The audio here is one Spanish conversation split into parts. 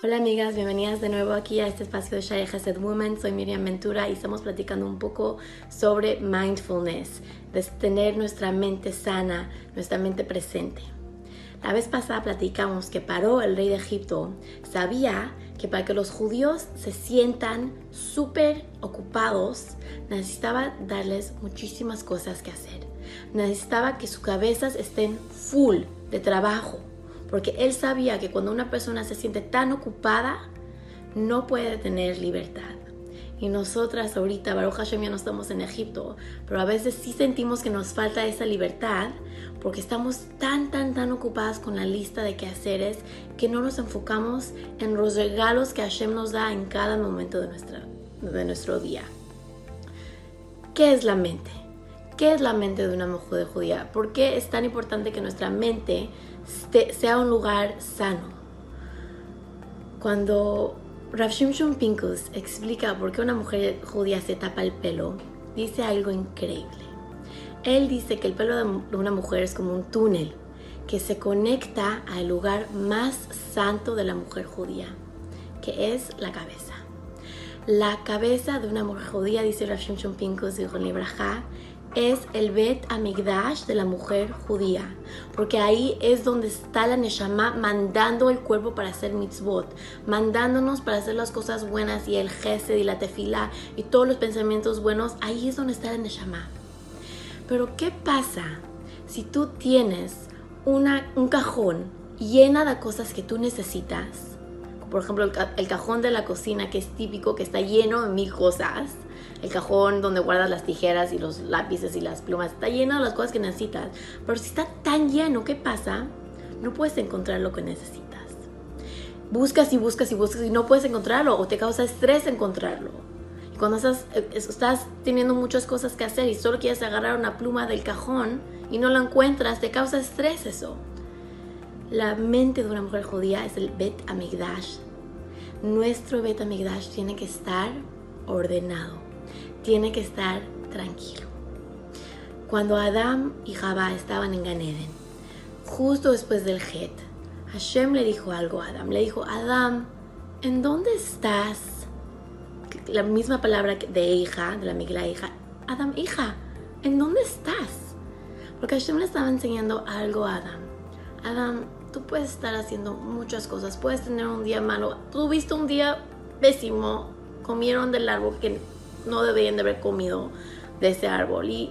Hola amigas, bienvenidas de nuevo aquí a este espacio de Shaya Chesed Woman. Soy Miriam Ventura y estamos platicando un poco sobre mindfulness, de tener nuestra mente sana, nuestra mente presente. La vez pasada platicamos que Paró, el rey de Egipto, sabía que para que los judíos se sientan súper ocupados, necesitaba darles muchísimas cosas que hacer. Necesitaba que sus cabezas estén full de trabajo. Porque él sabía que cuando una persona se siente tan ocupada, no puede tener libertad. Y nosotras ahorita, Baruch Hashem, ya no estamos en Egipto, pero a veces sí sentimos que nos falta esa libertad porque estamos tan ocupadas con la lista de quehaceres que no nos enfocamos en los regalos que Hashem nos da en cada momento de nuestro día. ¿Qué es la mente? ¿Qué es la mente de una mujer judía? ¿Por qué es tan importante que nuestra mente sea un lugar sano? Cuando Rav Shimshon Pincus explica por qué una mujer judía se tapa el pelo, dice algo increíble. Él dice que el pelo de una mujer es como un túnel que se conecta al lugar más santo de la mujer judía, que es la cabeza. La cabeza de una mujer judía, dice Rav Shimshon Pincus y Ron Braja, es el Bet Amigdash de la mujer judía, porque ahí es donde está la Neshama mandando el cuerpo para hacer mitzvot, mandándonos para hacer las cosas buenas y el Gesed y la Tefilá y todos los pensamientos buenos. Ahí es donde está la Neshama. Pero ¿qué pasa si tú tienes un cajón llena de cosas que tú necesitas? Por ejemplo, el cajón de la cocina, que es típico, que está lleno de 1000 cosas. El cajón donde guardas las tijeras y los lápices y las plumas, está lleno de las cosas que necesitas. Pero si está tan lleno, ¿qué pasa? No puedes encontrar lo que necesitas. Buscas y no puedes encontrarlo, o te causa estrés encontrarlo. Y cuando estás teniendo muchas cosas que hacer y solo quieres agarrar una pluma del cajón y no la encuentras, te causa estrés eso. La mente de una mujer judía es el Bet Amigdash. Nuestro Bet Amigdash tiene que estar ordenado. Tiene que estar tranquilo. Cuando Adán y Jabá estaban en Gan Eden, justo después del Het, Hashem le dijo algo a Adán. Le dijo: Adán, ¿en dónde estás? La misma palabra de hija, de la migla hija. Adán, hija, ¿en dónde estás? Porque Hashem le estaba enseñando algo a Adán. Adán, tú puedes estar haciendo muchas cosas. Puedes tener un día malo. Tuviste un día pésimo. Comieron del árbol que no deberían de haber comido de ese árbol y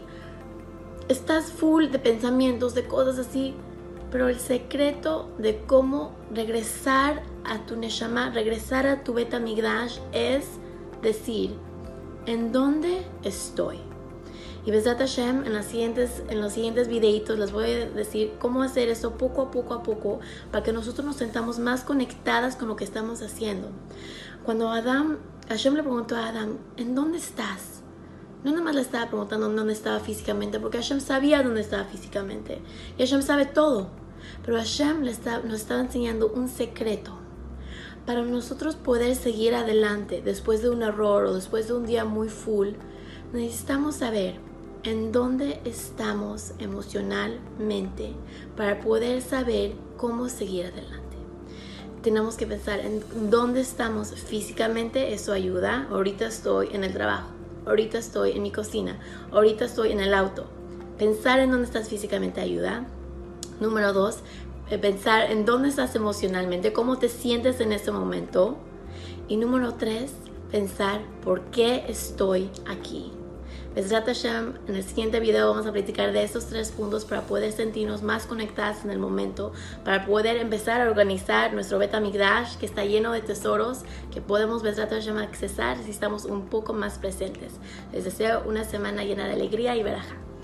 estás full de pensamientos, de cosas así, pero el secreto de cómo regresar a tu Neshama, regresar a tu Bet Amigdash, es decir: ¿en dónde estoy? Y Bezrat Hashem, en los siguientes videitos les voy a decir cómo hacer eso poco a poco para que nosotros nos sentamos más conectadas con lo que estamos haciendo. Cuando Hashem le preguntó a Adán: ¿en dónde estás? No nada más le estaba preguntando en dónde estaba físicamente, porque Hashem sabía dónde estaba físicamente. Y Hashem sabe todo. Pero Hashem nos estaba enseñando un secreto. Para nosotros poder seguir adelante después de un error o después de un día muy full, necesitamos saber en dónde estamos emocionalmente para poder saber cómo seguir adelante. Tenemos que pensar en dónde estamos físicamente, eso ayuda. Ahorita estoy en el trabajo, ahorita estoy en mi cocina, ahorita estoy en el auto. Pensar en dónde estás físicamente ayuda. Número 2, pensar en dónde estás emocionalmente, cómo te sientes en ese momento. Y número 3, pensar por qué estoy aquí. Bezrat Hashem, en el siguiente video vamos a platicar de estos 3 puntos para poder sentirnos más conectadas en el momento, para poder empezar a organizar nuestro Bet Amigdash, que está lleno de tesoros que podemos Bezrat Hashem accesar si estamos un poco más presentes. Les deseo una semana llena de alegría y veraja.